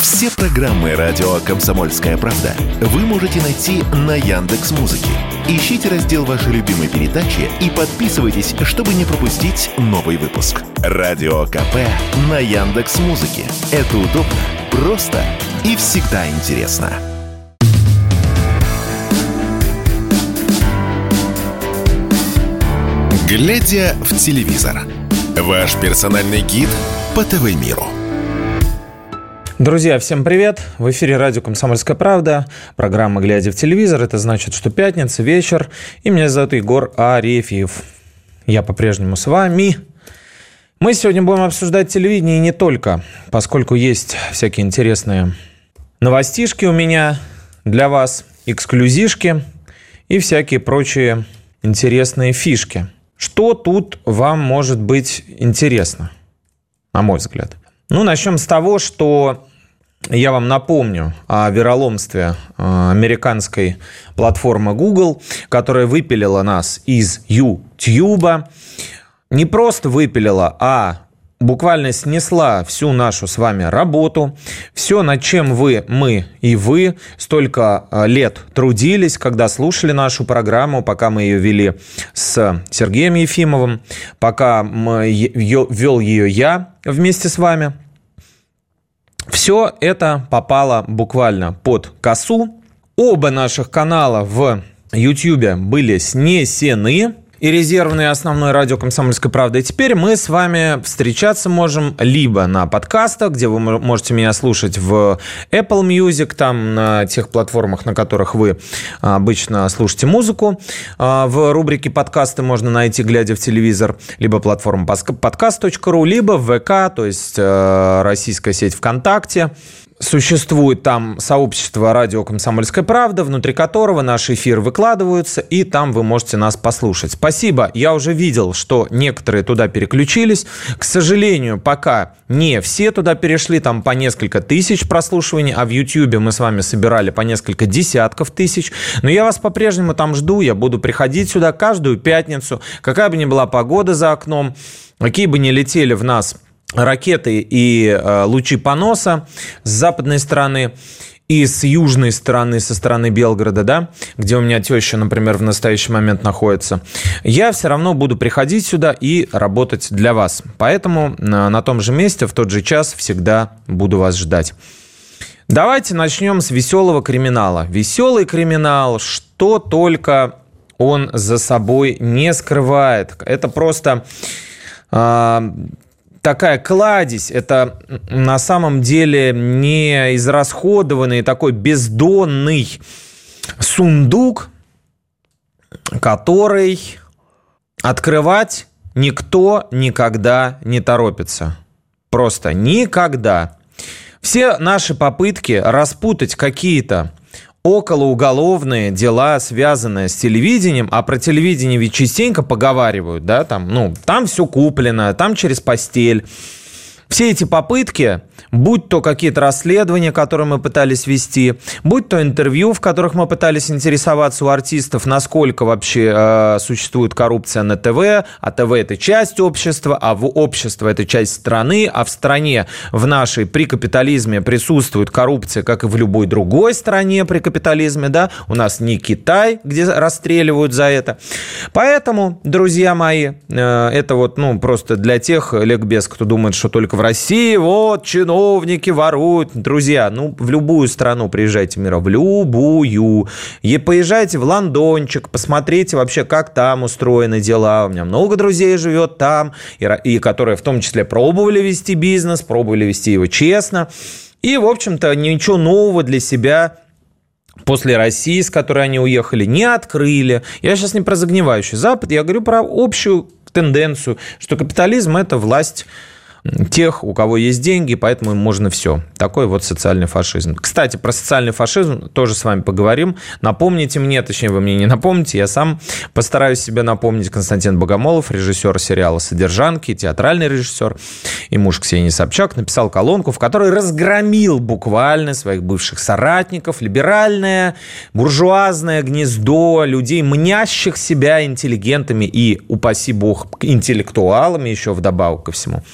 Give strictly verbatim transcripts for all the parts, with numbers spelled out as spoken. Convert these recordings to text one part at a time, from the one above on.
Все программы радио «Комсомольская правда» вы можете найти на Яндекс.Музыке. Ищите раздел вашей любимой передачи и подписывайтесь, чтобы не пропустить новый выпуск. Радио КП на Яндекс.Музыке. Это удобно, просто и всегда интересно. Глядя в телевизор. Ваш персональный гид по ТВ-миру. Друзья, всем привет! В эфире радио «Комсомольская правда», программа «Глядя в телевизор». Это значит, что пятница, вечер, и меня зовут Егор Арефьев. Я по-прежнему с вами. Мы сегодня будем обсуждать телевидение и не только, поскольку есть всякие интересные новостишки у меня для вас, эксклюзишки и всякие прочие интересные фишки. Что тут вам может быть интересно, на мой взгляд? Ну, начнем с того, что я вам напомню о вероломстве американской платформы Google, которая выпилила нас из YouTube. Не просто выпилила, а буквально снесла всю нашу с вами работу. Все, над чем вы, мы и вы столько лет трудились, когда слушали нашу программу, пока мы ее вели с Сергеем Ефимовым, пока мы вел ее я вместе с вами. Все это попало буквально под косу. Оба наших канала в YouTube были снесены. И резервный, и основной радио «Комсомольская правда». И теперь мы с вами встречаться можем либо на подкастах, где вы можете меня слушать в Apple Music, там на тех платформах, на которых вы обычно слушаете музыку. В рубрике «Подкасты» можно найти, глядя в телевизор, либо платформа подкаст точка ру, либо в ВК, то есть российская сеть ВКонтакте. Существует там сообщество радио «Комсомольская правда», внутри которого наши эфиры выкладываются, и там вы можете нас послушать. Спасибо. Я уже видел, что некоторые туда переключились. К сожалению, пока не все туда перешли, там по несколько тысяч прослушиваний, а в YouTube мы с вами собирали по несколько десятков тысяч. Но я вас по-прежнему там жду, я буду приходить сюда каждую пятницу, какая бы ни была погода за окном, какие бы ни летели в нас ракеты и э, лучи поноса с западной стороны и с южной стороны, со стороны Белгорода, да, где у меня теща, например, в настоящий момент находится, я все равно буду приходить сюда и работать для вас. Поэтому на, на том же месте, в тот же час всегда буду вас ждать. Давайте начнем с веселого криминала. Веселый криминал, что только он за собой не скрывает. Это просто... Э, Такая кладезь, это на самом деле не израсходованный такой бездонный сундук, который открывать никто никогда не торопится. Просто никогда. Все наши попытки распутать какие-то околоуголовные дела, связанные с телевидением, а про телевидение ведь частенько поговаривают, да, там, ну, там все куплено, там через постель. Все эти попытки, будь то какие-то расследования, которые мы пытались вести, будь то интервью, в которых мы пытались интересоваться у артистов, насколько вообще э, существует коррупция на ТВ, а ТВ – это часть общества, а в общество – это часть страны, а в стране в нашей при капитализме присутствует коррупция, как и в любой другой стране при капитализме, да, у нас не Китай, где расстреливают за это. Поэтому, друзья мои, э, это вот, ну, просто для тех ликбез, кто думает, что только в России вот чиновники воруют. Друзья, ну, в любую страну приезжайте мира, в любую. И поезжайте в Лондончик, посмотрите вообще, как там устроены дела. У меня много друзей живет там, и, и которые в том числе пробовали вести бизнес, пробовали вести его честно. И, в общем-то, ничего нового для себя после России, с которой они уехали, не открыли. Я сейчас не про загнивающий Запад, я говорю про общую тенденцию, что капитализм – это власть тех, у кого есть деньги, поэтому им можно все. Такой вот социальный фашизм. Кстати, про социальный фашизм тоже с вами поговорим. Напомните мне, точнее, вы мне не напомните, я сам постараюсь себе напомнить. Константин Богомолов, режиссер сериала «Содержанки», театральный режиссер и муж Ксении Собчак, написал колонку, в которой разгромил буквально своих бывших соратников, либеральное, буржуазное гнездо людей, мнящих себя интеллигентами и, упаси бог, интеллектуалами еще вдобавок ко всему.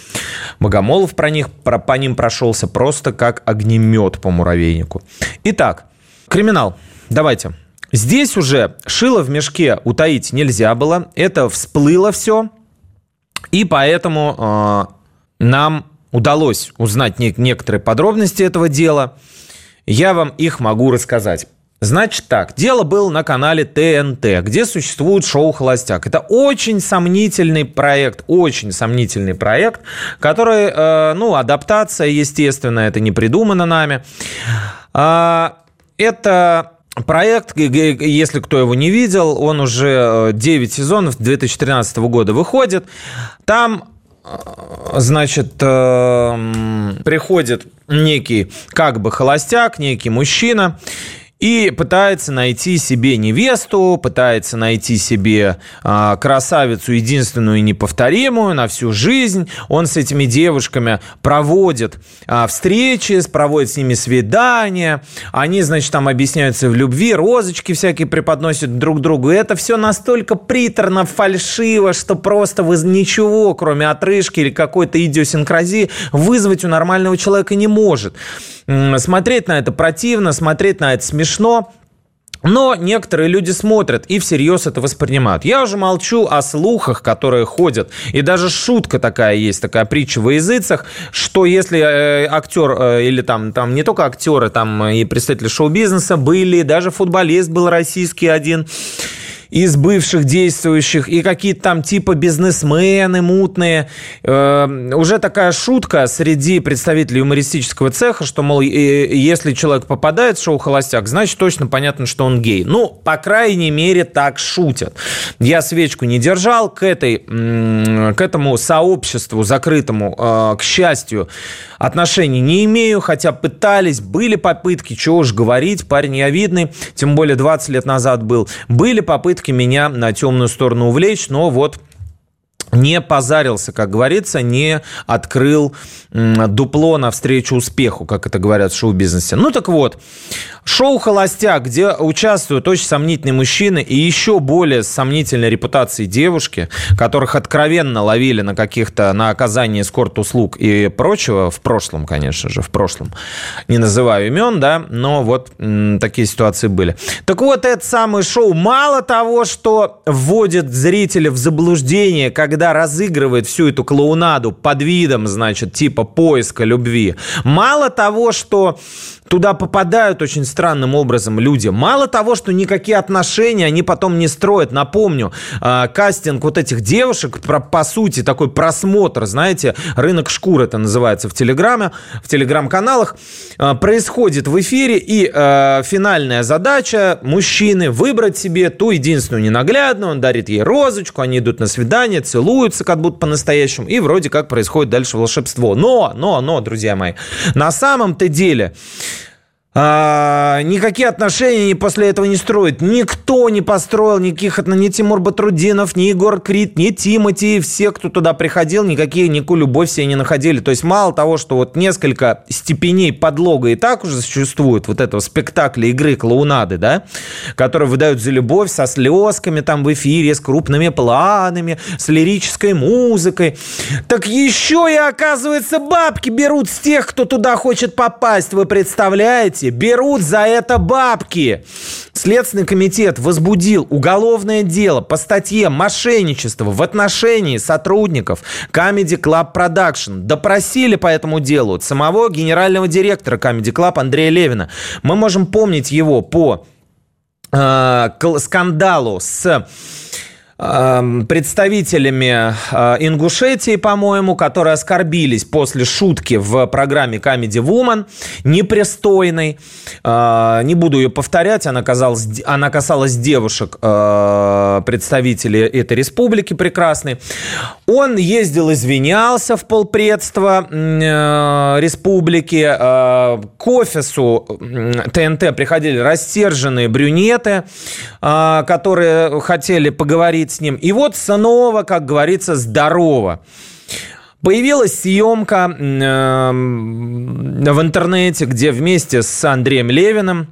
Богомолов про них, про, по ним прошелся просто как огнемет по муравейнику. Итак, криминал. Давайте. Здесь уже шило в мешке утаить нельзя было. Это всплыло все. И поэтому э, нам удалось узнать не- некоторые подробности этого дела. Я вам их могу рассказать. Значит так, дело было на канале Тэ Эн Тэ, где существует шоу «Холостяк». Это очень сомнительный проект, очень сомнительный проект, который, э, ну, адаптация, естественно, это не придумано нами. Э, это... Проект, если кто его не видел, он уже девять сезонов, две тысячи тринадцатого года выходит. Там, значит, приходит некий как бы холостяк, некий мужчина, и пытается найти себе невесту, пытается найти себе э, красавицу единственную и неповторимую на всю жизнь. Он с этими девушками проводит э, встречи, проводит с ними свидания. Они, значит, там объясняются в любви, розочки всякие преподносят друг другу. И это все настолько приторно, фальшиво, что просто вы ничего, кроме отрыжки или какой-то идиосинкразии, вызвать у нормального человека не может. Смотреть на это противно, смотреть на это смешно. Но некоторые люди смотрят и всерьез это воспринимают. Я уже молчу о слухах, которые ходят. И даже шутка такая есть, такая притча во языцах, что если э, актер, э, или там, там не только актеры, там и представители шоу-бизнеса были, даже футболист был российский один из бывших действующих, и какие-то там типа бизнесмены мутные. Э, уже такая шутка среди представителей юмористического цеха, что, мол, э, если человек попадает в шоу «Холостяк», значит, точно понятно, что он гей. Ну, по крайней мере, так шутят. Я свечку не держал. К, этой, э, к этому сообществу закрытому, э, к счастью, отношений не имею, хотя пытались, были попытки, чего уж говорить, парень я видный, тем более двадцать лет назад был, были попытки меня на темную сторону увлечь, но вот не позарился, как говорится, не открыл дупло навстречу успеху, как это говорят в шоу-бизнесе. Ну так вот, шоу «Холостяк», где участвуют очень сомнительные мужчины и еще более сомнительной репутацией девушки, которых откровенно ловили на каких-то, на оказании эскорт-услуг и прочего, в прошлом, конечно же, в прошлом. Не называю имен, да, но вот м, такие ситуации были. Так вот, это самое шоу мало того, что вводит зрителя в заблуждение, когда разыгрывает всю эту клоунаду под видом, значит, типа поиска любви. Мало того, что туда попадают очень странным образом люди. Мало того, что никакие отношения они потом не строят. Напомню, э, кастинг вот этих девушек, про, по сути, такой просмотр, знаете, рынок шкур это называется в Телеграме, в Телеграм-каналах, э, происходит в эфире, и э, финальная задача мужчины выбрать себе ту единственную ненаглядную, он дарит ей розочку, они идут на свидание, целуются как будто по-настоящему, и вроде как происходит дальше волшебство. Но, но, но, друзья мои, на самом-то деле... А, никакие отношения после этого не строят. Никто не построил никаких отношений. Ни Тимур Батрудинов, ни Егор Крид, ни Тимати. Все, кто туда приходил, никакие, никакую любовь себе не находили. То есть мало того, что вот несколько степеней подлога и так уже существует, вот этого спектакля игры клоунады, да, которые выдают за любовь со слезками там в эфире, с крупными планами, с лирической музыкой. Так еще и, оказывается, бабки берут с тех, кто туда хочет попасть. Вы представляете? Берут за это бабки. Следственный комитет возбудил уголовное дело по статье «Мошенничество в отношении сотрудников Comedy Club Production». Допросили по этому делу самого генерального директора Comedy Club Андрея Левина. Мы можем помнить его по э, скандалу с... представителями Ингушетии, по-моему, которые оскорбились после шутки в программе Comedy Woman, непристойной. Не буду ее повторять, она касалась, она касалась девушек, представителей этой республики прекрасной. Он ездил, извинялся в полпредства республики. К офису Тэ Эн Тэ приходили рассерженные брюнеты, которые хотели поговорить с ним. И вот снова, как говорится, здорово. Появилась съемка э, в интернете, где вместе с Андреем Левиным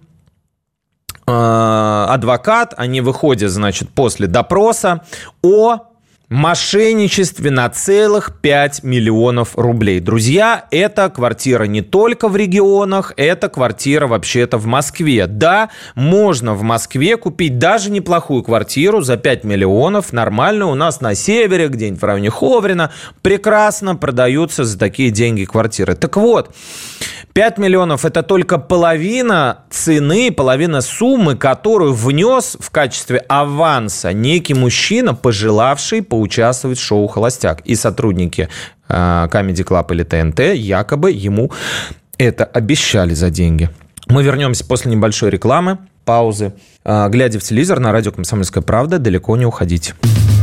э, адвокат, они выходят, значит, после допроса о мошенничестве на целых пять миллионов рублей. Друзья, это квартира не только в регионах, это квартира вообще-то в Москве. Да, можно в Москве купить даже неплохую квартиру за пять миллионов. Нормально, у нас на севере, где-нибудь в районе Ховрина, прекрасно продаются за такие деньги квартиры. Так вот, пять миллионов – это только половина цены, половина суммы, которую внес в качестве аванса некий мужчина, пожелавший поучаствовать в шоу «Холостяк». И сотрудники э, Comedy Club или ТНТ якобы ему это обещали за деньги. Мы вернемся после небольшой рекламы, паузы. Э, глядя в телевизор на радио «Комсомольская правда», далеко не уходите.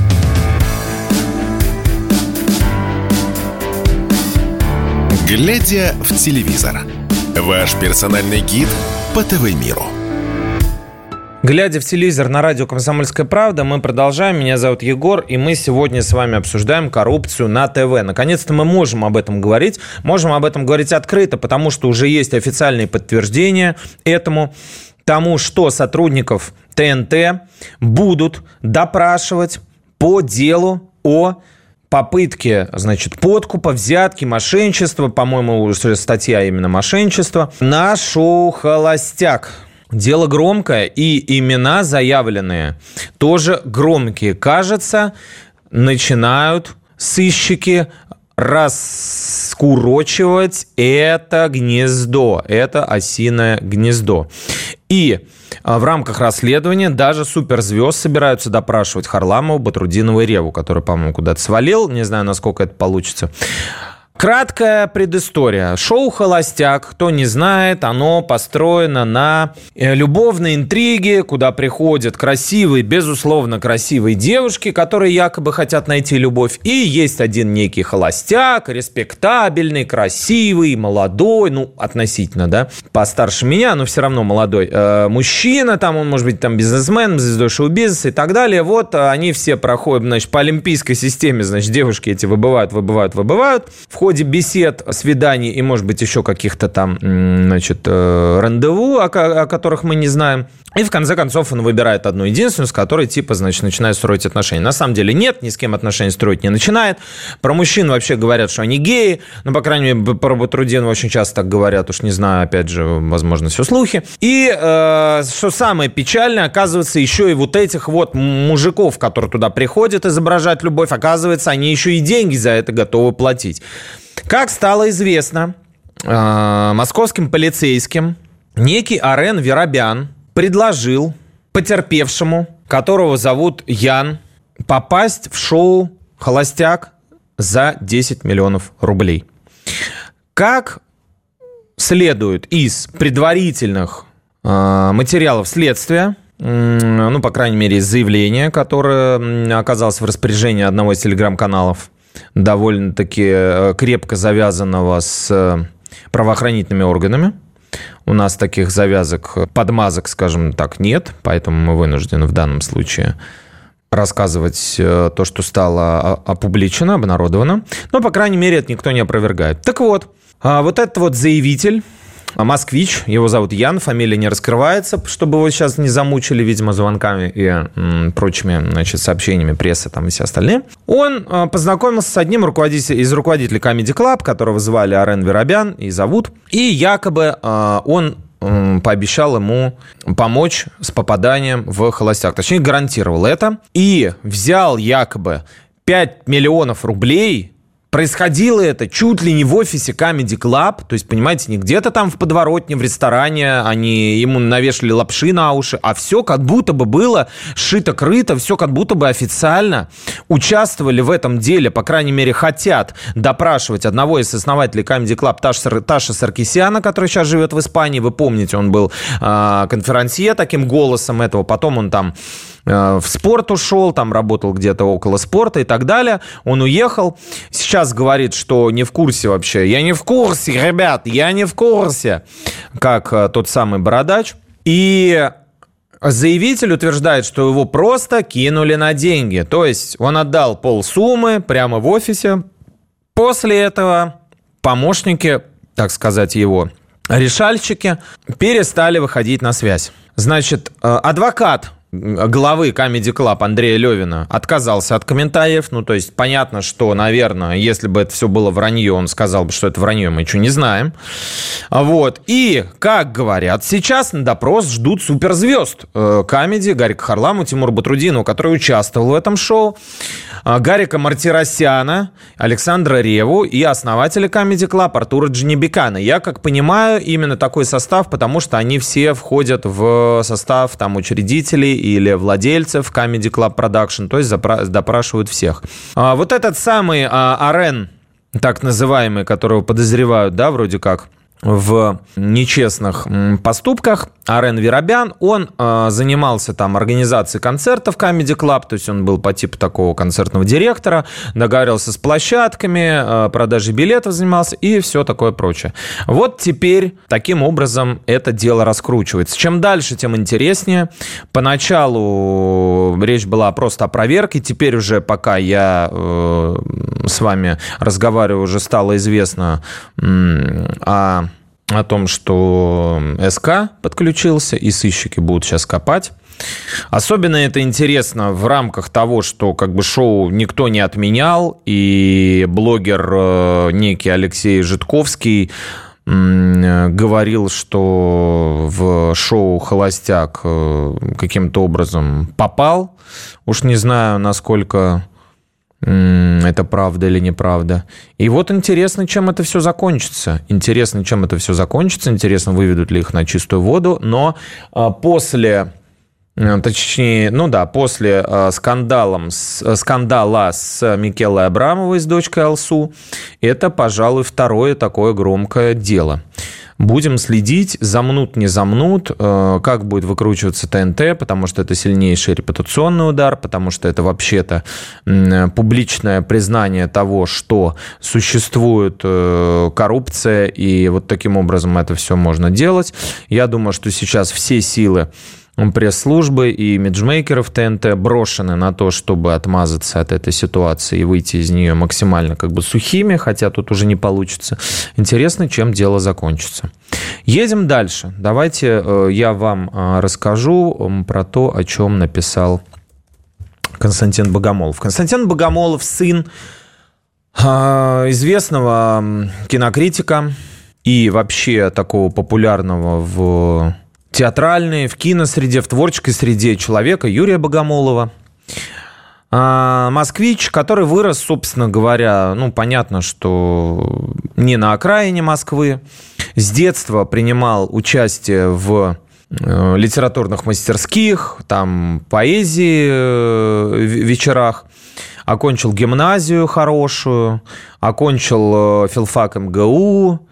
Глядя в телевизор. Ваш персональный гид по ТВ-миру. Глядя в телевизор на радио «Комсомольская правда», мы продолжаем. Меня зовут Егор, и мы сегодня с вами обсуждаем коррупцию на ТВ. Наконец-то мы можем об этом говорить. Можем об этом говорить открыто, потому что уже есть официальные подтверждения этому, тому, что сотрудников ТНТ будут допрашивать по делу о попытки, значит, подкупа, взятки, мошенничества, по-моему, уже статья именно мошенничество, на шоу «Холостяк». Дело громкое, и имена заявленные тоже громкие. Кажется, начинают сыщики раскурочивать это гнездо, это осиное гнездо. И в рамках расследования даже суперзвезд собираются допрашивать Харламова, Батрутдинова и Реву, который, по-моему, куда-то свалил. Не знаю, насколько это получится. Краткая предыстория. Шоу «Холостяк», кто не знает, оно построено на любовной интриге, куда приходят красивые, безусловно, красивые девушки, которые якобы хотят найти любовь. И есть один некий холостяк, респектабельный, красивый, молодой, ну, относительно, да, постарше меня, но все равно молодой. Э, мужчина, там он может быть там бизнесмен, звездой шоу-бизнеса и так далее. Вот они все проходят, значит, по олимпийской системе, значит, девушки эти выбывают, выбывают, выбывают. В ходе бесед, свиданий и, может быть, еще каких-то там, значит, рандеву, о, о которых мы не знаем. И, в конце концов, он выбирает одну единственную, с которой, типа, значит, начинает строить отношения. На самом деле нет, ни с кем отношения строить не начинает. Про мужчин вообще говорят, что они геи. Ну, по крайней мере, про Батрутдинова очень часто так говорят. Уж не знаю, опять же, возможно, все слухи. И, э, что самое печальное, оказывается, еще и вот этих вот мужиков, которые туда приходят изображать любовь, оказывается, они еще и деньги за это готовы платить. Как стало известно, э, московским полицейским, некий Арен Веробян предложил потерпевшему, которого зовут Ян, попасть в шоу «Холостяк» за десять миллионов рублей. Как следует из предварительных э, материалов следствия, э, ну, по крайней мере, из заявления, которое оказалось в распоряжении одного из телеграм-каналов, довольно-таки крепко завязанного с правоохранительными органами. У нас таких завязок, подмазок, скажем так, нет, поэтому мы вынуждены в данном случае рассказывать то, что стало опубличено, обнародовано. Но, по крайней мере, это никто не опровергает. Так вот, вот этот вот заявитель, москвич, его зовут Ян, фамилия не раскрывается, чтобы его сейчас не замучили, видимо, звонками и м, прочими, значит, сообщениями прессы там и все остальные. Он э, познакомился с одним руководителем, из руководителей Comedy Club, которого звали Арен Веробян и зовут, и якобы э, он э, пообещал ему помочь с попаданием в «Холостяк», точнее, гарантировал это, и взял якобы пять миллионов рублей. Происходило это чуть ли не в офисе Comedy Club, то есть, понимаете, не где-то там в подворотне, в ресторане, они ему навешали лапши на уши, а все как будто бы было шито-крыто, все как будто бы официально участвовали в этом деле, по крайней мере, хотят допрашивать одного из основателей Comedy Club, Таша, Таша Саркисяна, который сейчас живет в Испании, вы помните, он был э, конферансье таким голосом этого, потом он там в спорт ушел, там работал где-то около спорта и так далее. Он уехал. Сейчас говорит, что не в курсе вообще. Я не в курсе, ребят, я не в курсе. Как тот самый бородач. И заявитель утверждает, что его просто кинули на деньги. То есть он отдал полсуммы прямо в офисе. После этого помощники, так сказать, его решальщики перестали выходить на связь. Значит, адвокат главы Comedy Club Андрея Левина отказался от комментариев. Ну, то есть, понятно, что, наверное, если бы это все было вранье, он сказал бы, что это вранье, мы ничего не знаем. Вот. И, как говорят, сейчас на допрос ждут суперзвезд комедии Гарика Харламова, Тимура Батрудинова, который участвовал в этом шоу, Гарика Мартиросяна, Александра Реву и основателя Comedy Club Артура Джанибекяна. Я, как понимаю, именно такой состав, потому что они все входят в состав там учредителей или владельцев Comedy Club Production, то есть запра- допрашивают всех. А, вот этот самый а, Арен, так называемый, которого подозревают, да, вроде как, в нечестных поступках, Арен Веробян, он э, занимался там организацией концертов Comedy Club, то есть он был по типу такого концертного директора, договаривался с площадками, э, продажей билетов занимался и все такое прочее. Вот теперь таким образом это дело раскручивается. Чем дальше, тем интереснее. Поначалу речь была просто о проверке, теперь уже пока я э, с вами разговариваю, уже стало известно э, о... о том, что СК подключился, и сыщики будут сейчас копать. Особенно это интересно в рамках того, что как бы шоу никто не отменял, и блогер некий Алексей Житковский говорил, что в шоу «Холостяк» каким-то образом попал. Уж не знаю, насколько... это правда или неправда. И вот интересно, чем это все закончится. Интересно, чем это все закончится. Интересно, выведут ли их на чистую воду. Но после, точнее, ну да, после скандалом, скандала с Микелой Абрамовой с дочкой Алсу, это, пожалуй, второе такое громкое дело. Будем следить, замнут, не замнут, как будет выкручиваться ТНТ, потому что это сильнейший репутационный удар, потому что это вообще-то публичное признание того, что существует коррупция, и вот таким образом это все можно делать. Я думаю, что сейчас все силы пресс-службы и имиджмейкеров ТНТ брошены на то, чтобы отмазаться от этой ситуации и выйти из нее максимально как бы сухими, хотя тут уже не получится. Интересно, чем дело закончится. Едем дальше. Давайте я вам расскажу про то, о чем написал Константин Богомолов. Константин Богомолов – сын известного кинокритика и вообще такого популярного в театральной, в киносреде, в творческой среде человека Юрия Богомолова. Москвич, который вырос, собственно говоря, ну, понятно, что не на окраине Москвы. С детства принимал участие в литературных мастерских, там, поэзии, вечерах. Окончил гимназию хорошую, окончил филфак эм гэ у,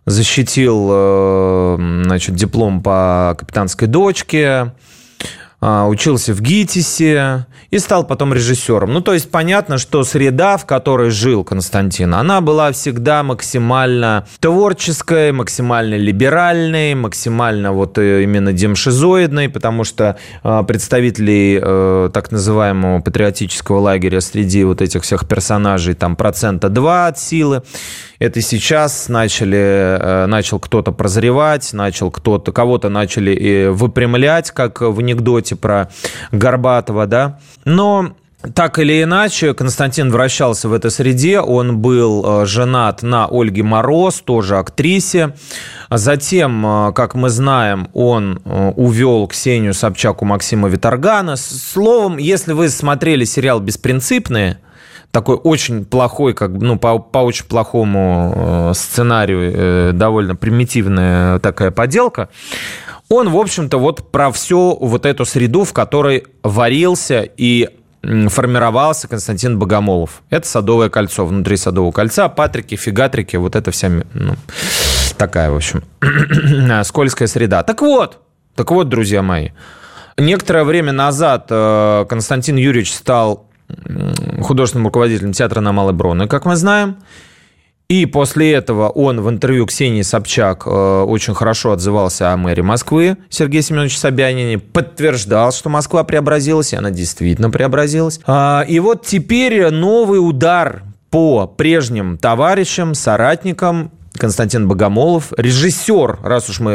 защитил, значит, диплом по капитанской дочке, учился в ГИТИСе и стал потом режиссером. Ну, то есть понятно, что среда, в которой жил Константин, она была всегда максимально творческой, максимально либеральной, максимально вот именно демшизоидной, потому что представителей э, так называемого патриотического лагеря среди вот этих всех персонажей там процента два от силы. Это сейчас начали, начал кто-то прозревать, начал кто-то, кого-то начали выпрямлять, как в анекдоте про Горбатова, да. Но так или иначе, Константин вращался в этой среде, он был женат на Ольге Мороз, тоже актрисе. Затем, как мы знаем, он увел Ксению Собчак у Максима Виторгана. Словом, если вы смотрели сериал «Беспринципные», такой очень плохой, как, ну, по, по очень плохому сценарию, э, довольно примитивная такая поделка. Он, в общем-то, вот про всю вот эту среду, в которой варился и формировался Константин Богомолов. Это Садовое кольцо. Внутри Садового кольца Патрики, Фигатрики, вот это вся, ну, такая, в общем, скользкая среда. Так вот, так вот, друзья мои, некоторое время назад Константин Юрьевич стал художественным руководителем театра на Малой Бронной, как мы знаем. И после этого он в интервью Ксении Собчак очень хорошо отзывался о мэре Москвы Сергее Семеновиче Собянине, подтверждал, что Москва преобразилась, и она действительно преобразилась. И вот теперь новый удар по прежним товарищам, соратникам. Константин Богомолов, режиссер, раз уж мы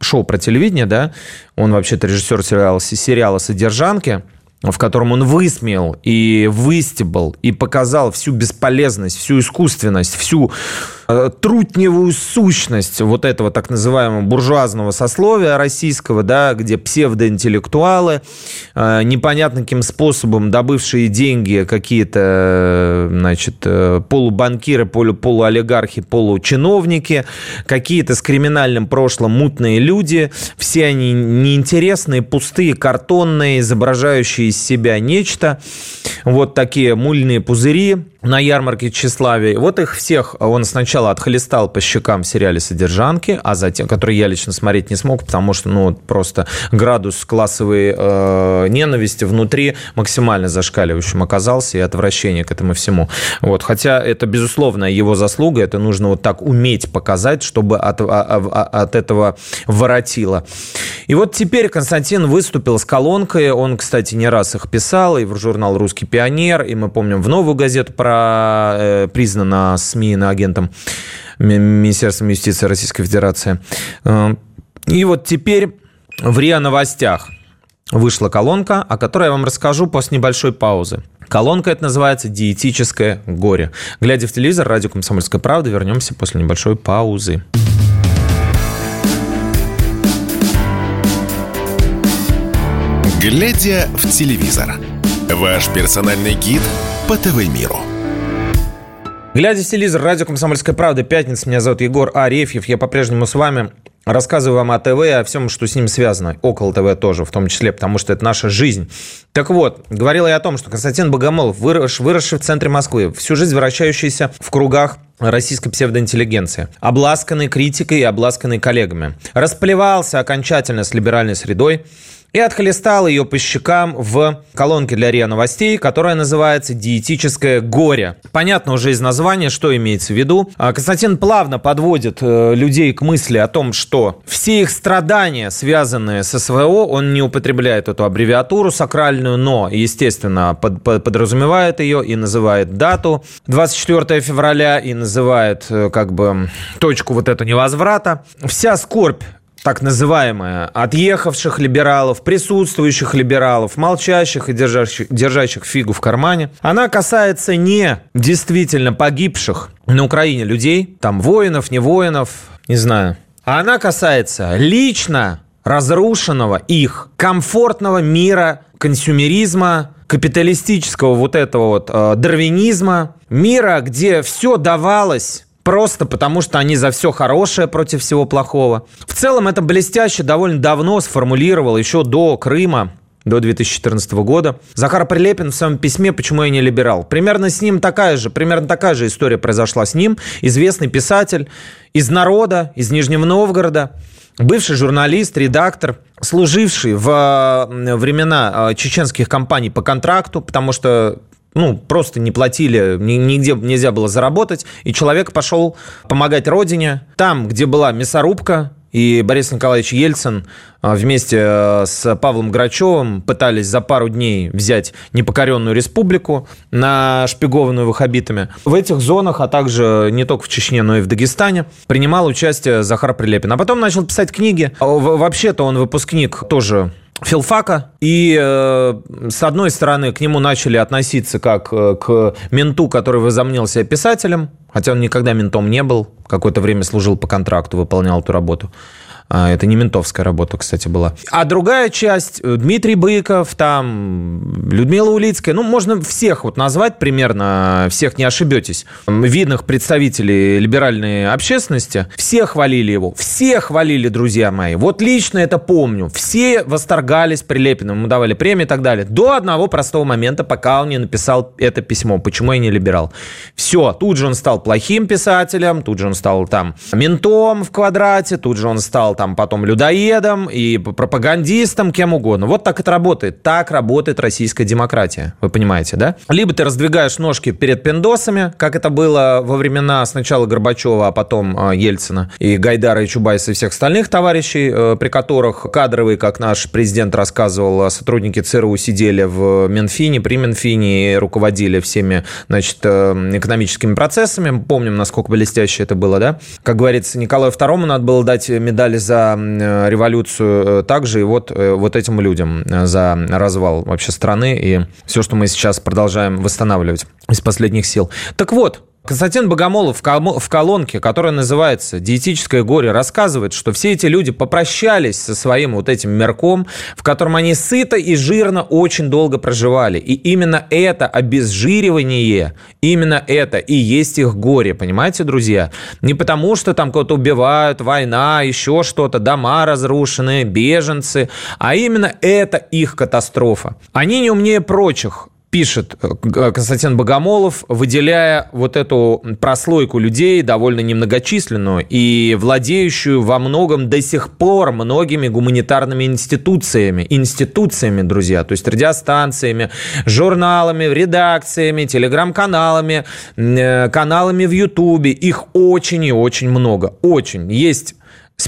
шоу про телевидение, да, он вообще-то режиссер сериала, сериала «Содержанки», в котором он высмеял и выстебал и показал всю бесполезность, всю искусственность, всю э, трутневую сущность вот этого так называемого буржуазного сословия российского, да, где псевдоинтеллектуалы, э, непонятно каким способом добывшие деньги какие-то, значит, э, полубанкиры, полу, полуолигархи, получиновники, какие-то с криминальным прошлым мутные люди, все они неинтересные, пустые, картонные, изображающие из себя нечто, вот такие мыльные пузыри на ярмарке тщеславия. Вот их всех он сначала отхлестал по щекам в сериале «Содержанки», а затем, который я лично смотреть не смог, потому что, ну, просто градус классовой э, ненависти внутри максимально зашкаливающим оказался, и отвращение к этому всему. Вот. Хотя это, безусловно, его заслуга, это нужно вот так уметь показать, чтобы от, а, а, от этого воротило. И вот теперь Константин выступил с колонкой, он, кстати, не раз их писал, и в журнал «Русский пионер», и мы помним в «Новую газету» про э, признана СМИ иноагентом Министерства юстиции Российской Федерации. И вот теперь в РИА Новостях вышла колонка, о которой я вам расскажу после небольшой паузы. Колонка эта называется «Диетическое горе». Глядя в телевизор, радио «Комсомольская правда», вернемся после небольшой паузы. Глядя в телевизор. Ваш персональный гид по ТВ-миру. Глядя в телевизор, радио «Комсомольская правда», пятница, меня зовут Егор Арефьев, я по-прежнему с вами рассказываю вам о ТВ, о всем, что с ним связано, около ТВ тоже, в том числе, потому что это наша жизнь. Так вот, говорил я о том, что Константин Богомолов, вырос, выросший в центре Москвы, всю жизнь вращающийся в кругах российской псевдоинтеллигенции, обласканный критикой и обласканный коллегами, расплевался окончательно с либеральной средой и отхлестал ее по щекам в колонке для РИА Новостей, которая называется «Диетическое горе». Понятно уже из названия, что имеется в виду. Константин плавно подводит людей к мысли о том, что все их страдания, связанные с СВО, он не употребляет эту аббревиатуру сакральную, но, естественно, под, под, подразумевает ее и называет дату двадцать четвёртого февраля, и называет как бы точку вот эту невозврата. Вся скорбь, так называемая, отъехавших либералов, присутствующих либералов, молчащих и держащих, держащих фигу в кармане, она касается не действительно погибших на Украине людей, там воинов, не воинов, не знаю, а она касается лично разрушенного их комфортного мира консюмеризма, капиталистического вот этого вот э, дарвинизма, мира, где все давалось просто потому, что они за все хорошее против всего плохого. В целом, это блестяще довольно давно сформулировал, еще до Крыма, до две тысячи четырнадцатого года, Захар Прилепин в своем письме «Почему я не либерал?». Примерно с ним такая же, примерно такая же история произошла с ним. Известный писатель из народа, из Нижнего Новгорода, бывший журналист, редактор, служивший в времена чеченских кампаний по контракту, потому что ну, просто не платили, нигде нельзя было заработать, и человек пошел помогать родине. Там, где была мясорубка, и Борис Николаевич Ельцин вместе с Павлом Грачевым пытались за пару дней взять непокоренную республику, нашпигованную ваххабитами. В этих зонах, а также не только в Чечне, но и в Дагестане, принимал участие Захар Прилепин. А потом начал писать книги. Вообще-то он выпускник тоже филфака, и э, с одной стороны к нему начали относиться как э, к менту, который возомнил себя писателем, хотя он никогда ментом не был, какое-то время служил по контракту, выполнял эту работу. Это не ментовская работа, кстати, была. А другая часть, Дмитрий Быков, там, Людмила Улицкая, ну, можно всех вот назвать примерно, всех не ошибетесь, видных представителей либеральной общественности, все хвалили его, все хвалили, друзья мои. Вот лично это помню. Все восторгались Прилепиным, ему давали премии и так далее. До одного простого момента, пока он не написал это письмо. Почему я не либерал? Все, тут же он стал плохим писателем, тут же он стал там ментом в квадрате, тут же он стал там потом людоедом и пропагандистом, кем угодно. Вот так это работает. Так работает российская демократия. Вы понимаете, да? Либо ты раздвигаешь ножки перед пиндосами, как это было во времена сначала Горбачева, а потом Ельцина и Гайдара, и Чубайса, и всех остальных товарищей, при которых кадровые, как наш президент рассказывал, сотрудники ЦРУ сидели в Минфине, при Минфине и руководили всеми, значит, экономическими процессами. Помним, насколько блестяще это было, да? Как говорится, Николаю второму надо было дать медаль за революцию, также и вот, вот этим людям за развал вообще страны и все, что мы сейчас продолжаем восстанавливать из последних сил. Так вот, Константин Богомолов в колонке, которая называется «Диетическое горе», рассказывает, что все эти люди попрощались со своим вот этим мирком, в котором они сыто и жирно очень долго проживали. И именно это обезжиривание, именно это и есть их горе, понимаете, друзья? Не потому, что там кого-то убивают, война, еще что-то, дома разрушены, беженцы, а именно это их катастрофа. Они не умнее прочих, пишет Константин Богомолов, выделяя вот эту прослойку людей, довольно немногочисленную и владеющую во многом до сих пор многими гуманитарными институциями. Институциями, друзья, то есть радиостанциями, журналами, редакциями, телеграм-каналами, каналами в Ютубе. Их очень и очень много. Очень. Есть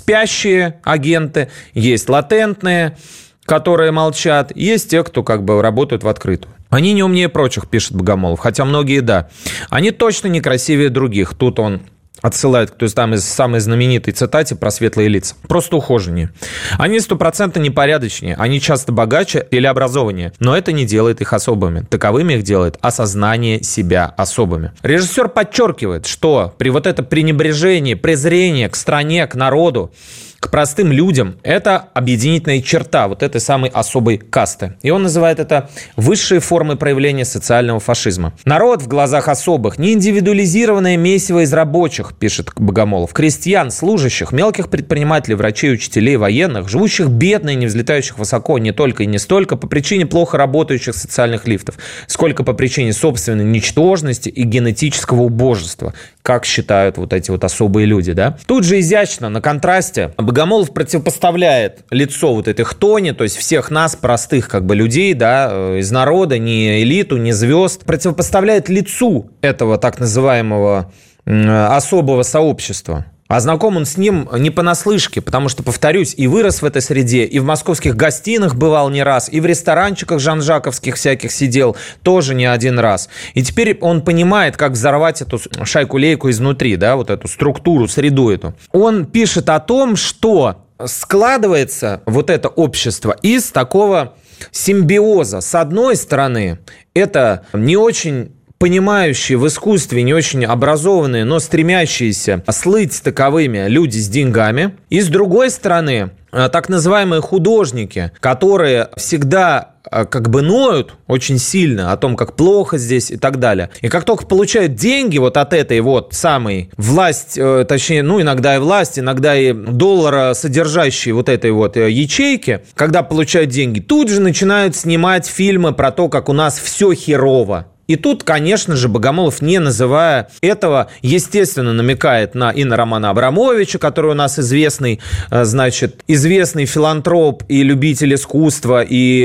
спящие агенты, есть латентные, которые молчат, есть те, кто как бы работают в открытую. Они не умнее прочих, пишет Богомолов, хотя многие да. Они точно не красивее других. Тут он отсылает к той самой, самой знаменитой цитате про светлые лица. Просто ухоженнее. Они стопроцентно непорядочнее, они часто богаче или образованнее, но это не делает их особыми. Таковыми их делает осознание себя особыми. Режиссер подчеркивает, что при вот это пренебрежении, презрении к стране, к народу, к простым людям, это объединительная черта вот этой самой особой касты. И он называет это высшей формой проявления социального фашизма. Народ в глазах особых, не индивидуализированное месиво из рабочих, пишет Богомолов, крестьян, служащих, мелких предпринимателей, врачей, учителей, военных, живущих бедно и не взлетающих высоко не только и не столько по причине плохо работающих социальных лифтов, сколько по причине собственной ничтожности и генетического убожества, как считают вот эти вот особые люди, да. Тут же изящно, на контрасте, Богомолов противопоставляет лицо вот этой хтони, то есть всех нас, простых как бы людей, да, из народа, не элиту, не звезд, противопоставляет лицу этого так называемого особого сообщества. А знаком он с ним не понаслышке, потому что, повторюсь, и вырос в этой среде, и в московских гостиных бывал не раз, и в ресторанчиках жан-жаковских всяких сидел тоже не один раз. И теперь он понимает, как взорвать эту шайку-лейку изнутри, да, вот эту структуру, среду эту. Он пишет о том, что складывается вот это общество из такого симбиоза. С одной стороны, это не очень понимающие в искусстве, не очень образованные, но стремящиеся слыть таковыми люди с деньгами. И с другой стороны, так называемые художники, которые всегда как бы ноют очень сильно о том, как плохо здесь и так далее. И как только получают деньги вот от этой вот самой власть, точнее, ну, иногда и власть, иногда и доллара содержащей вот этой вот ячейки, когда получают деньги, тут же начинают снимать фильмы про то, как у нас все херово. И тут, конечно же, Богомолов, не называя этого, естественно, намекает на и на Романа Абрамовича, который у нас известный, значит, известный филантроп и любитель искусства,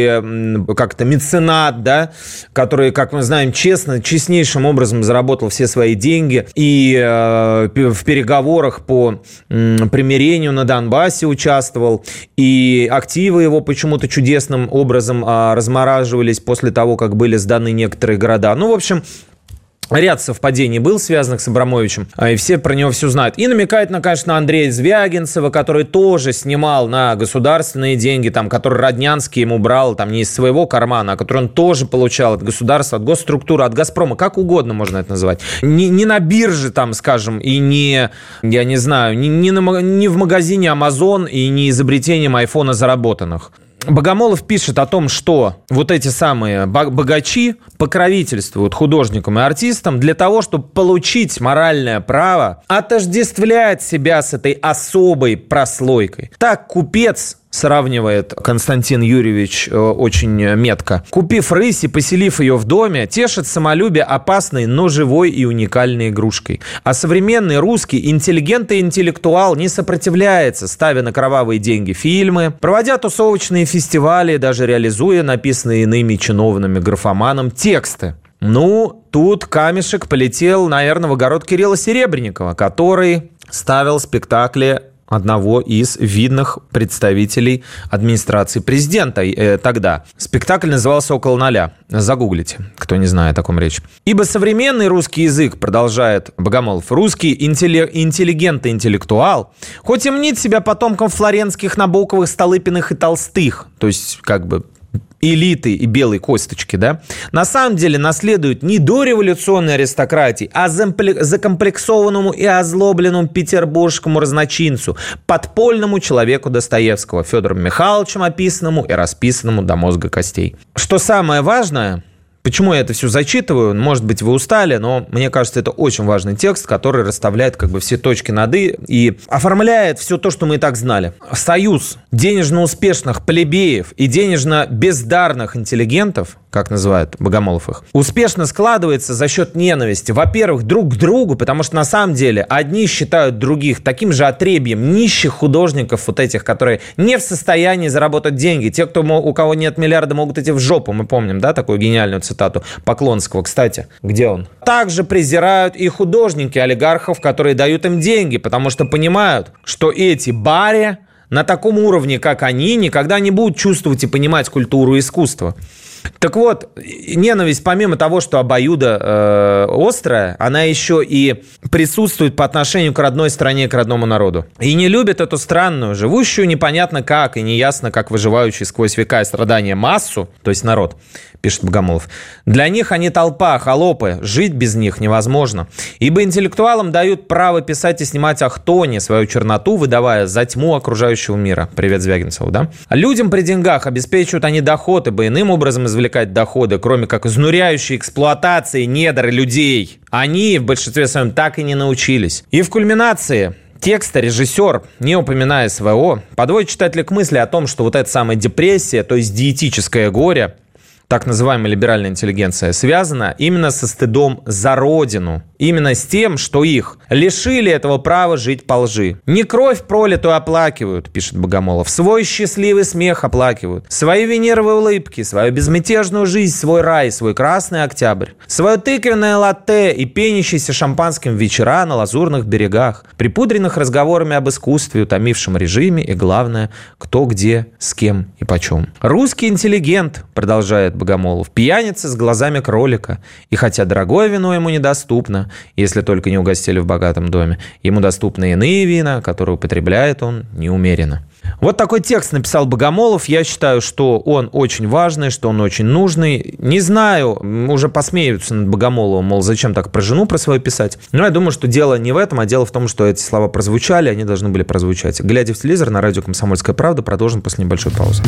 и как-то меценат, да, который, как мы знаем, честно, честнейшим образом заработал все свои деньги и э, в переговорах по э, примирению на Донбассе участвовал, и активы его почему-то чудесным образом э, размораживались после того, как были сданы некоторые города. Ну, в общем, ряд совпадений был, связанных с Абрамовичем, и все про него все знают. И намекает, на, конечно, на Андрея Звягинцева, который тоже снимал на государственные деньги, там, который Роднянский ему брал там, не из своего кармана, а который он тоже получал от государства, от госструктуры, от «Газпрома», как угодно можно это называть. Не, не на бирже, там, скажем, и не, я не знаю, не, не, на, не в магазине Amazon и не изобретением айфона заработанных. Богомолов пишет о том, что вот эти самые богачи покровительствуют художникам и артистам для того, чтобы получить моральное право отождествлять себя с этой особой прослойкой. Так купец, сравнивает Константин Юрьевич очень метко, купив рысь и поселив ее в доме, тешит самолюбие опасной, но живой и уникальной игрушкой. А современный русский интеллигент и интеллектуал не сопротивляется, ставя на кровавые деньги фильмы, проводя тусовочные фестивали, даже реализуя написанные иными чиновными графоманом тексты. Ну, тут камешек полетел, наверное, в огород Кирилла Серебренникова, который ставил спектакли одного из видных представителей администрации президента э, тогда. Спектакль назывался «Около ноля». Загуглите, кто не знает, о таком речь. Ибо современный русский язык, продолжает Богомолов, русский интелли- интеллигент и интеллектуал, хоть и мнит себя потомком флоренских, Набоковых, Столыпиных и Толстых, то есть как бы элиты и белой косточки, да, на самом деле наследует не дореволюционной аристократии, а закомплексованному и озлобленному петербургскому разночинцу, подпольному человеку Достоевского, Федором Михайловичем, описанному и расписанному до мозга костей. Что самое важное... Почему я это все зачитываю? Может быть, вы устали, но мне кажется, это очень важный текст, который расставляет как бы все точки над «и» и оформляет все то, что мы и так знали. Союз денежно успешных плебеев и денежно бездарных интеллигентов, как называют Богомолов их, успешно складывается за счет ненависти, во-первых, друг к другу, потому что на самом деле одни считают других таким же отребьем нищих художников, вот этих, которые не в состоянии заработать деньги. Те, кто, у кого нет миллиарда, могут идти в жопу. Мы помним, да, такую гениальную цитату Поклонского, кстати. Где он? Также презирают и художники олигархов, которые дают им деньги, потому что понимают, что эти бари на таком уровне, как они, никогда не будут чувствовать и понимать культуру и искусство. Так вот, ненависть, помимо того, что обоюдо э, острая, она еще и присутствует по отношению к родной стране, к родному народу. И не любит эту странную, живущую непонятно как и неясно как выживающую сквозь века и страдания массу, то есть народ, пишет Богомолов. Для них они толпа, холопы, жить без них невозможно. Ибо интеллектуалам дают право писать и снимать ахтони, свою черноту, выдавая за тьму окружающего мира. Привет, Звягинцеву, да? А людям при деньгах обеспечивают они доход, ибо иным образом извлекать доходы, кроме как изнуряющей эксплуатации недр людей, они в большинстве своем так и не научились. И в кульминации текста режиссер, не упоминая СВО, подводит читателя к мысли о том, что вот эта самая депрессия, то есть диетическое горе, так называемая либеральная интеллигенция, связана именно со стыдом за родину. Именно с тем, что их лишили этого права жить по лжи. Не кровь пролитую оплакивают, пишет Богомолов, свой счастливый смех оплакивают, свои венеровые улыбки, свою безмятежную жизнь, свой рай, свой красный октябрь, свое тыквенное латте и пенящийся шампанским вечера на лазурных берегах, припудренных разговорами об искусстве, утомившем режиме и, главное, кто где, с кем и почем. Русский интеллигент, продолжает Богомолов, пьяница с глазами кролика, и хотя дорогое вино ему недоступно, если только не угостили в богатом доме, ему доступны иные вина, которые употребляет он неумеренно. Вот такой текст написал Богомолов. Я считаю, что он очень важный, что он очень нужный. Не знаю, уже посмеются над Богомоловым, мол, зачем так про жену про свою писать. Но я думаю, что дело не в этом, а дело в том, что эти слова прозвучали, они должны были прозвучать. Глядя в телевизор, на радио «Комсомольская правда», продолжим после небольшой паузы.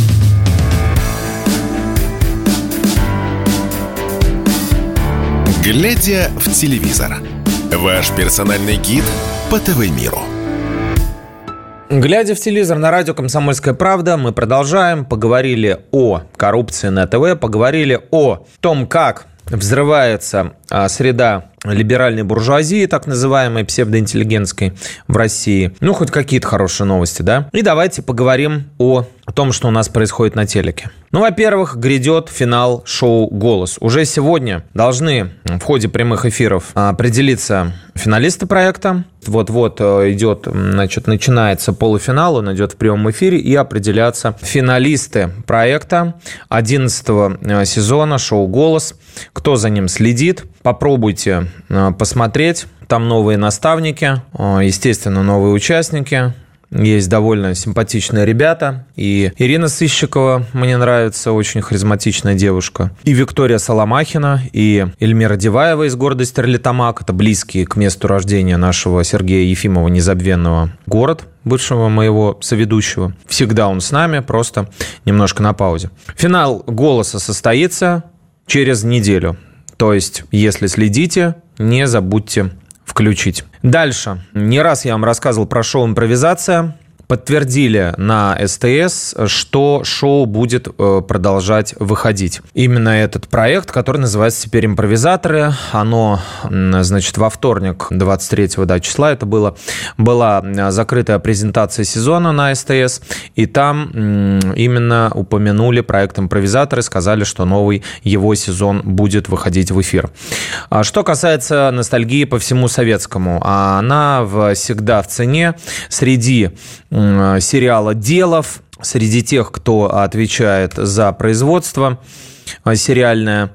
Глядя в телевизор. Ваш персональный гид по ТВ-миру. Глядя в телевизор на радио «Комсомольская правда», мы продолжаем. Поговорили о коррупции на ТВ, поговорили о том, как взрывается а, среда либеральной буржуазии, так называемой псевдоинтеллигентской в России. Ну, хоть какие-то хорошие новости, да? И давайте поговорим о том, что у нас происходит на телеке. Ну, во-первых, грядет финал шоу «Голос». Уже сегодня должны в ходе прямых эфиров определиться финалисты проекта. Вот-вот идет, значит, начинается полуфинал, он идет в прямом эфире, и определятся финалисты проекта одиннадцатого сезона шоу «Голос». Кто за ним следит, попробуйте посмотреть. Там новые наставники, естественно, новые участники. Есть довольно симпатичные ребята. И Ирина Сыщикова, мне нравится, очень харизматичная девушка. И Виктория Соломахина, и Эльмира Деваева из города Стерлитамак. Это близкий к месту рождения нашего Сергея Ефимова, незабвенного, город бывшего моего соведущего. Всегда он с нами, просто немножко на паузе. Финал «Голоса» состоится через неделю. То есть, если следите, не забудьте включить. Дальше. Не раз я вам рассказывал про шоу «Импровизация». подтвердили на СТС, что шоу будет продолжать выходить. Именно этот проект, который называется теперь «Импровизаторы», оно, значит, во вторник, двадцать третьего да, числа, это было, была закрытая презентация сезона на СТС, и там именно упомянули проект «Импровизаторы», сказали, что новый его сезон будет выходить в эфир. Что касается ностальгии по всему советскому, она всегда в цене среди сериала «Делов», среди тех, кто отвечает за производство сериальное,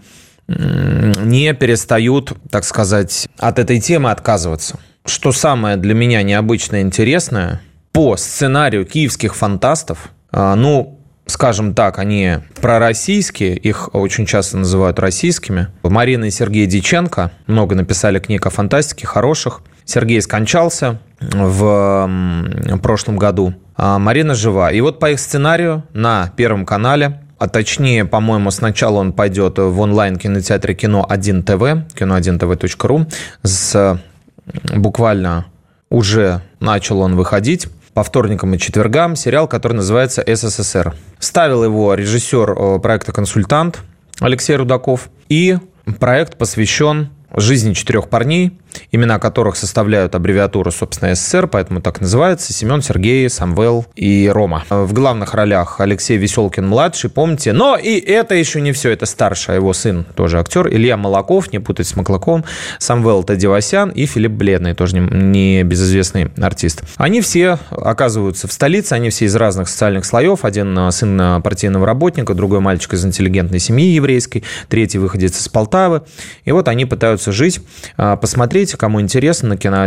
не перестают, так сказать, от этой темы отказываться. Что самое для меня необычное и интересное, по сценарию киевских фантастов, ну, скажем так, они пророссийские, их очень часто называют российскими. Марина и Сергей Дьяченко много написали книг о фантастике, хороших. Сергей скончался в прошлом году, а Марина жива. И вот по их сценарию на Первом канале, а точнее, по-моему, сначала он пойдет в онлайн-кинотеатре кино один ТВ, кино один тэ вэ точка ру, с, буквально уже начал он выходить по вторникам и четвергам, сериал, который называется «СССР». Ставил его режиссер проекта «Консультант» Алексей Рудаков, и проект посвящен жизни четырех парней, имена которых составляют аббревиатуру, собственно, СССР, поэтому так называется: Семен, Сергей, Самвел и Рома. В главных ролях Алексей Веселкин-младший, помните. Но и это еще не все, это старший, его сын, тоже актер, Илья Молоков, не путать с Маклаковым, Самвел Тадевосян и Филипп Бледный, тоже небезызвестный артист. Они все оказываются в столице, они все из разных социальных слоев. Один сын партийного работника, другой мальчик из интеллигентной семьи еврейской, третий выходец из Полтавы. И вот они пытаются жить. Посмотреть, кому интересно, на кино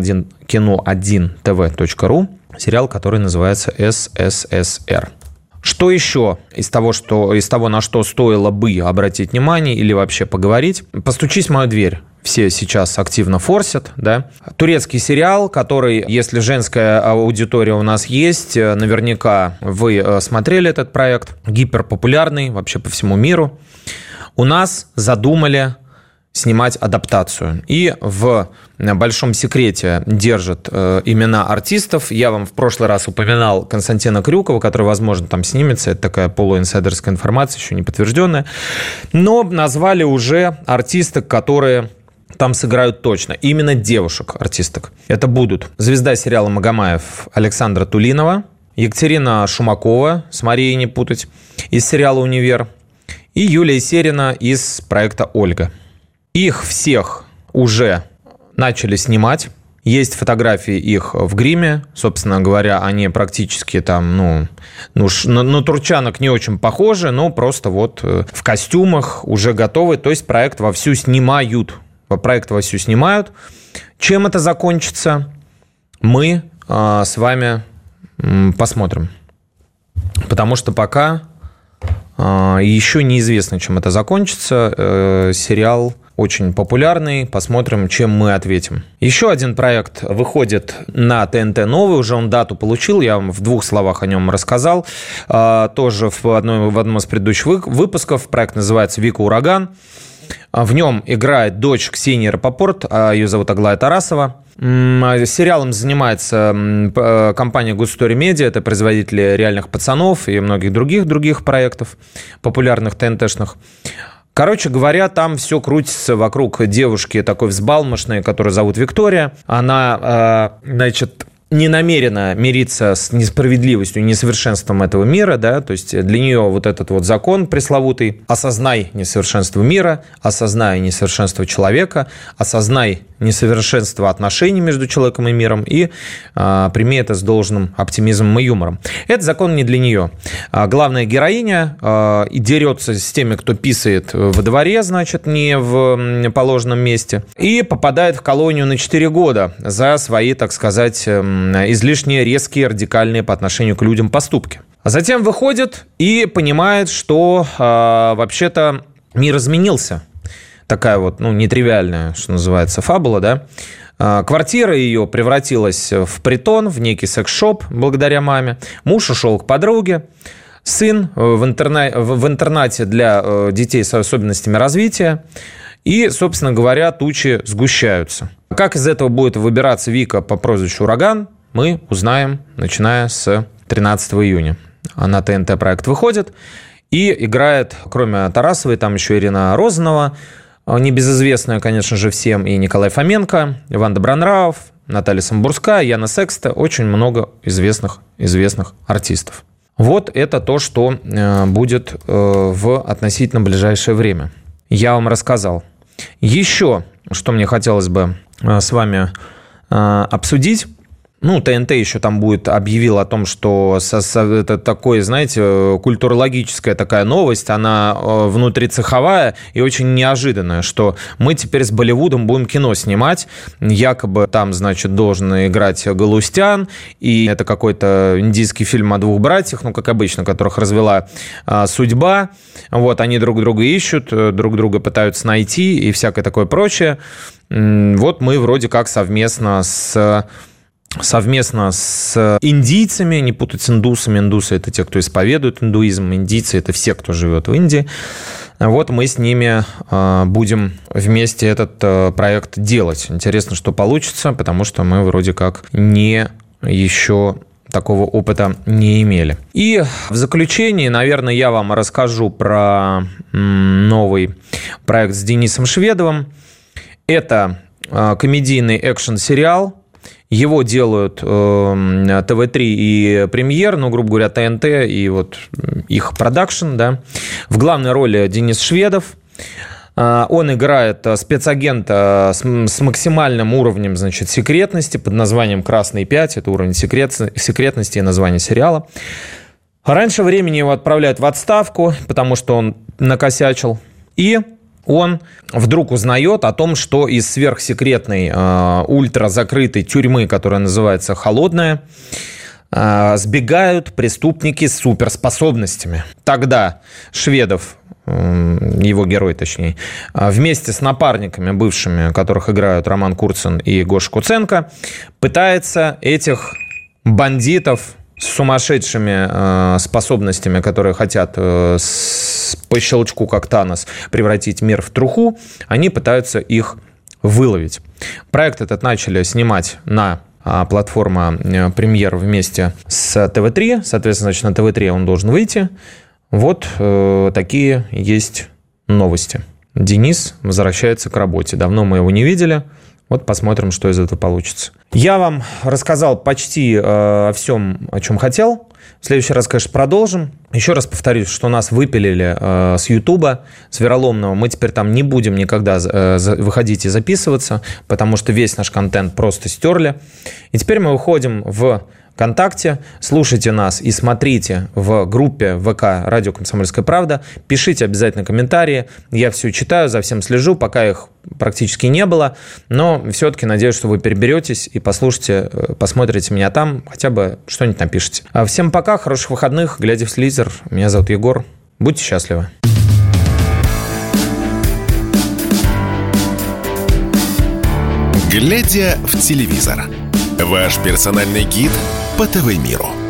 один тэ вэ точка ру сериал, который называется «СССР». Что еще из того, что, из того, на что стоило бы обратить внимание или вообще поговорить? «Постучись в мою дверь». Все сейчас активно форсят, да. Турецкий сериал, который, если женская аудитория у нас есть, наверняка вы смотрели этот проект. Гиперпопулярный вообще по всему миру. У нас задумали снимать адаптацию. И в большом секрете держат э, имена артистов. Я вам в прошлый раз упоминал Константина Крюкова, который, возможно, там снимется. Это такая полуинсайдерская информация, еще не подтвержденная. Но назвали уже артисток, которые там сыграют точно. Именно девушек-артисток. Это будут звезда сериала «Магомаев» Александра Тулинова, Екатерина Шумакова, с Марией не путать, из сериала «Универ», и Юлия Серина из проекта «Ольга». Их всех уже начали снимать. Есть фотографии их в гриме. Собственно говоря, они практически там, ну, ну на, на турчанок не очень похожи, но просто вот в костюмах уже готовы. То есть проект вовсю снимают. Проект вовсю снимают. Чем это закончится, мы э, с вами э, посмотрим. Потому что пока э, еще неизвестно, чем это закончится. Э, сериал очень популярный. Посмотрим, чем мы ответим. Еще один проект выходит на ТНТ новый. Уже он дату получил. Я вам в двух словах о нем рассказал. Тоже в одном, в одном из предыдущих выпусков. Проект называется «Вика Ураган». В нем играет дочь Ксении Рапопорт. Ее зовут Аглая Тарасова. Сериалом занимается компания Good Story Media. Это производители «Реальных пацанов» и многих других других проектов, популярных ТНТшных. Короче говоря, там все крутится вокруг девушки такой взбалмошной, которую зовут Виктория. Она, значит, не намерена мириться с несправедливостью и несовершенством этого мира, да, то есть для нее вот этот вот закон пресловутый: осознай несовершенство мира, осознай несовершенство человека, осознай несовершенство отношений между человеком и миром и а, прими это с должным оптимизмом и юмором. Этот закон не для нее. А, главная героиня а, и дерется с теми, кто писает во дворе, значит, не в положенном месте, и попадает в колонию на четыре года за свои, так сказать, излишне резкие, радикальные по отношению к людям поступки. А затем выходит и понимает, что а, вообще-то мир изменился. Такая вот, ну, нетривиальная, что называется, фабула, да. А, квартира ее превратилась в притон, в некий секс-шоп благодаря маме. Муж ушел к подруге. Сын в, интерна... в интернате для детей с особенностями развития. И, собственно говоря, тучи сгущаются. Как из этого будет выбираться Вика по прозвищу Ураган, мы узнаем, начиная с тринадцатого июня. На ТНТ проект выходит. И играет, кроме Тарасовой, там еще Ирина Розанова, небезызвестная, конечно же, всем, и Николай Фоменко, Иван Добронравов, Наталья Самбурская, Яна Секста, очень много известных, известных артистов. Вот это то, что будет в относительно ближайшее время. Я вам рассказал. Еще, что мне хотелось бы с вами обсудить. Ну, ТНТ еще там будет объявил о том, что это такое, знаете, культурологическая такая новость, она внутрицеховая и очень неожиданная, что мы теперь с Болливудом будем кино снимать, якобы там, значит, должен играть Галустян, и это какой-то индийский фильм о двух братьях, ну, как обычно, которых развела а, судьба, вот, они друг друга ищут, друг друга пытаются найти и всякое такое прочее. Вот мы вроде как совместно с... совместно с индийцами, не путать с индусами. Индусы – это те, кто исповедует индуизм. Индийцы – это все, кто живет в Индии. Вот мы с ними будем вместе этот проект делать. Интересно, что получится, потому что мы вроде как не еще такого опыта не имели. И в заключении, наверное, я вам расскажу про новый проект с Денисом Шведовым. Это комедийный экшн-сериал. Его делают э, тэ вэ три и Премьер, ну, грубо говоря, ТНТ и вот их продакшн, да. В главной роли Денис Шведов. Э, он играет спецагента с, с максимальным уровнем, значит, секретности под названием «Красный пять». Это уровень секрет, секретности и название сериала. Раньше времени его отправляют в отставку, потому что он накосячил. И... он вдруг узнает о том, что из сверхсекретной э, ультразакрытой тюрьмы, которая называется «Холодная», э, сбегают преступники с суперспособностями. Тогда Шведов, э, его герой точнее, э, вместе с напарниками бывшими, которых играют Роман Курцин и Гоша Куценко, пытается этих бандитов с сумасшедшими э, способностями, которые хотят э, с, по щелчку, как Танос, превратить мир в труху, они пытаются их выловить. Проект этот начали снимать на э, платформе э, Премьер вместе с тэ вэ три. Соответственно, значит, на тэ вэ три он должен выйти. Вот э, такие есть новости. Денис возвращается к работе. Давно мы его не видели. Вот посмотрим, что из этого получится. Я вам рассказал почти э, о всем, о чем хотел. В следующий раз, конечно, продолжим. Еще раз повторюсь, что нас выпилили э, с Ютуба, с Вероломного. Мы теперь там не будем никогда э, выходить и записываться, потому что весь наш контент просто стерли. И теперь мы выходим в ВКонтакте, слушайте нас и смотрите в группе ВК «Радио Комсомольская правда». Пишите обязательно комментарии. Я все читаю, за всем слежу, пока их практически не было. Но все-таки надеюсь, что вы переберетесь и послушайте, посмотрите меня там, хотя бы что-нибудь напишите. Всем пока, хороших выходных. Глядя в телевизор. Меня зовут Егор. Будьте счастливы. Глядя в телевизор. Ваш персональный гид по ТВ-миру.